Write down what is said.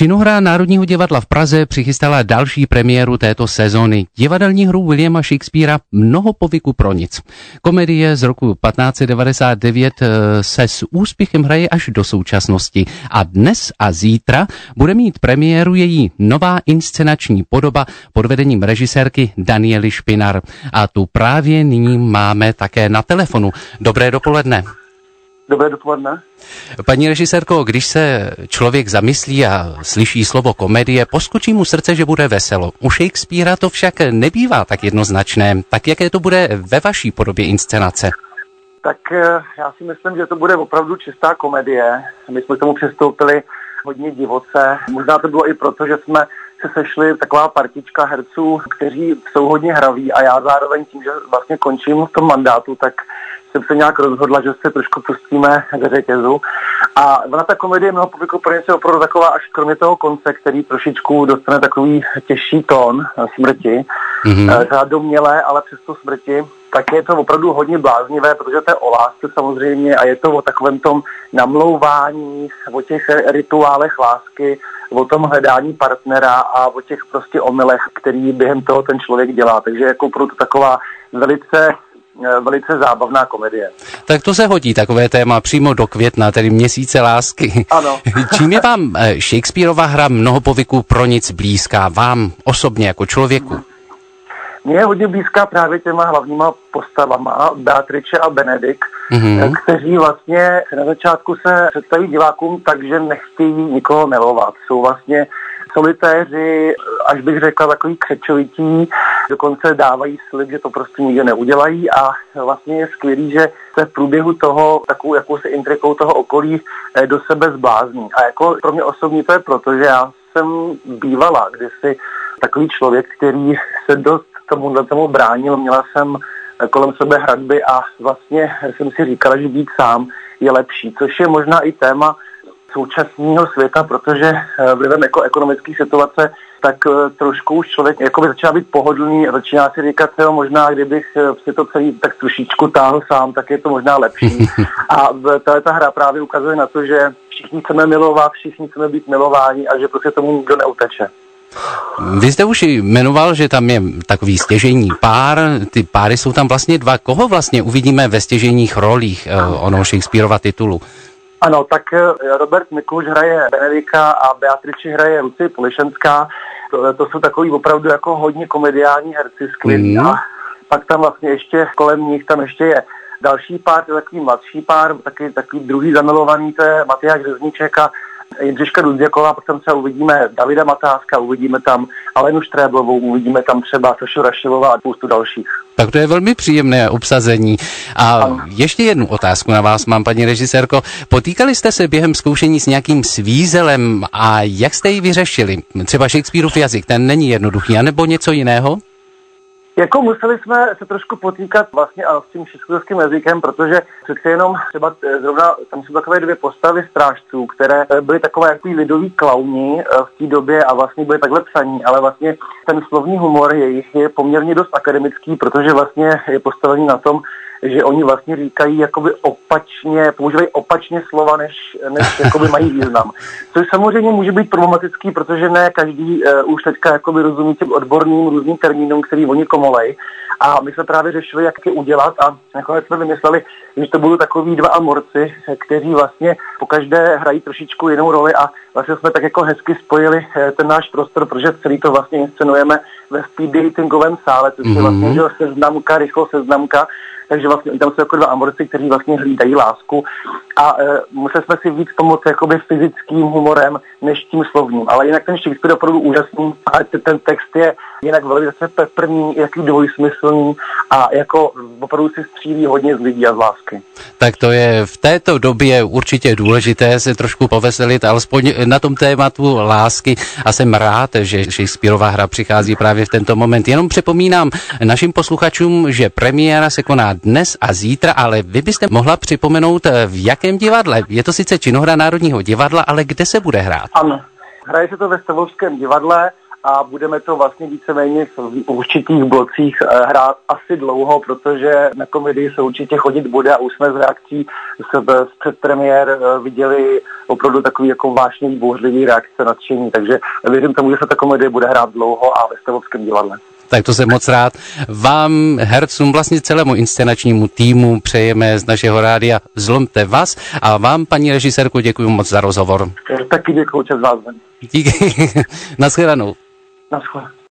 Činohra Národního divadla v Praze přichystala další premiéru této sezony. Divadelní hru Williama Shakespearea Mnoho povyku pro nic. Komedie z roku 1599 se s úspěchem hraje až do současnosti a dnes a zítra bude mít premiéru její nová inscenační podoba pod vedením režisérky Daniely Špinar. A tu právě nyní máme také na telefonu. Dobré dopoledne. Dobré dopoledne. Paní režisérko, když se člověk zamyslí a slyší slovo komedie, poskočí mu srdce, že bude veselo. U Shakespearea to však nebývá tak jednoznačné. Tak jaké to bude ve vaší podobě inscenace? Tak já si myslím, že to bude opravdu čistá komedie. My jsme k tomu přistoupili hodně divoce. Možná to bylo i proto, že jsme se sešli taková partička herců, kteří jsou hodně hraví a já zároveň tím, že vlastně končím v tom mandátu, tak jsem se nějak rozhodla, že se trošku pustíme do řetězu. A ona ta komedie Mnoho povyku pro nic je opravdu taková, až kromě toho konce, který trošičku dostane takový těžší tón smrti, domělé, ale přesto smrti, tak je to opravdu hodně bláznivé, protože to je o lásce samozřejmě a je to o takovém tom namlouvání, o těch rituálech lásky, o tom hledání partnera a o těch prostě omylech, který během toho ten člověk dělá. Takže jako opravdu taková velice zábavná komedie. Tak to se hodí, takové téma přímo do května, tedy měsíce lásky. Ano. Čím je vám Shakespearova hra Mnoho povyku pro nic blízká, vám osobně jako člověku? Mně je hodně blízká právě těma hlavníma postavama, Beatrice a Benedikt, kteří vlastně na začátku se představí divákům tak, že nechtějí nikoho milovat. Jsou vlastně solitéři, až bych řekla takový křečovití, dokonce dávají slib, že to prostě nikdy neudělají a vlastně je skvělý, že se v průběhu toho takovou jakousi intrikou toho okolí do sebe zblázní. A jako pro mě osobně to je proto, že já jsem bývala kdysi takový člověk, který se dost tomu bránil, měla jsem kolem sebe hradby a vlastně jsem si říkala, že být sám je lepší, což je možná i téma současného světa, protože vlivem ekonomické situace, tak trošku už člověk jakoby začíná být pohodlný a začíná si říkat, jo, možná kdybych si to celý tak trošičku táhl sám, tak je to možná lepší. A ta hra právě ukazuje na to, že všichni chceme milovat, všichni chceme být milováni a že prostě tomu nikdo neuteče. Vy jste už jmenoval, že tam je takový stěžejní pár, ty páry jsou tam vlastně dva. Koho vlastně uvidíme ve stěžejních rolích onoho Shakespearova titulu? Ano, tak Robert Mikuš hraje Benedika a Beatrice hraje Lucie Polišenská. To jsou takový opravdu jako hodně komediální herci skvělí. A pak tam vlastně ještě kolem nich tam ještě je další pár, to je takový mladší pár, takový druhý zamilovaný, to je Matyáš Řezníček a Jindřiška Duděková, pak tam třeba uvidíme Davida Matáska, uvidíme tam Alenu Štréblovou, uvidíme tam třeba Sašu Rašelová a spoustu dalších. Tak to je velmi příjemné obsazení. A ještě jednu otázku na vás mám, paní režisérko. Potýkali jste se během zkoušení s nějakým svízelem a jak jste ji vyřešili? Třeba Shakespearův jazyk, ten není jednoduchý, anebo něco jiného? Jako museli jsme se trošku potýkat vlastně s tím shakespearovským jazykem, protože přece jenom třeba zrovna tam jsou takové dvě postavy strážců, které byly takové jaký lidový klauni v té době a vlastně byly takhle psaní, ale vlastně ten slovní humor jejich je poměrně dost akademický, protože vlastně je postavený na tom, že oni vlastně říkají jakoby opačně, používají opačně slova, než jakoby mají význam. Což samozřejmě může být problematický, protože ne každý už teďka jakoby rozumí těm odborným různým termínům, který oni komolej. A my jsme právě řešili, jak je udělat a nakonec jsme vymysleli, že to budou takový dva amorci, kteří vlastně pokaždé hrají trošičku jinou roli a vlastně jsme tak jako hezky spojili ten náš prostor, protože celý to vlastně inscenujeme ve speed datingovém sále, což je vlastně seznamka, rychlo seznamka. Takže vlastně tam jsou jako dva amorci, kteří vlastně hlídají lásku a museli jsme si víc pomoct jakoby fyzickým humorem než tím slovním. Ale jinak ten Shakespeare je opravdu úžasný a ten text je jinak velice peprný, jaký dvojsmyslný a jako opravdu si střílí hodně z lidí a z lásky. Tak to je v této době určitě důležité se trošku poveselit, alespoň na tom tématu lásky a jsem rád, že Shakespearova hra přichází právě v tento moment. Jenom připomínám našim posluchačům, že premiéra se koná dnes a zítra, ale vy byste mohla připomenout, v jakém divadle. Je to sice činohra Národního divadla, ale kde se bude hrát? Ano, hraje se to ve Stavovském divadle a budeme to vlastně víceméně v určitých blocích hrát asi dlouho, protože na komedii se určitě chodit bude a už jsme z reakcí z předpremiér viděli opravdu takový jako vášnivý, bouřlivý reakce, nadšení, takže věřím tomu, že se ta komedie bude hrát dlouho a ve Stavovském divadle. Tak to jsem moc rád. Vám, hercům, vlastně celému inscenačnímu týmu přejeme z našeho rádia Zlomte vás a vám, paní režisérko, děkuji moc za rozhovor. Taky děkuji, čas vás. Díky. Naschledanou. Naschledanou.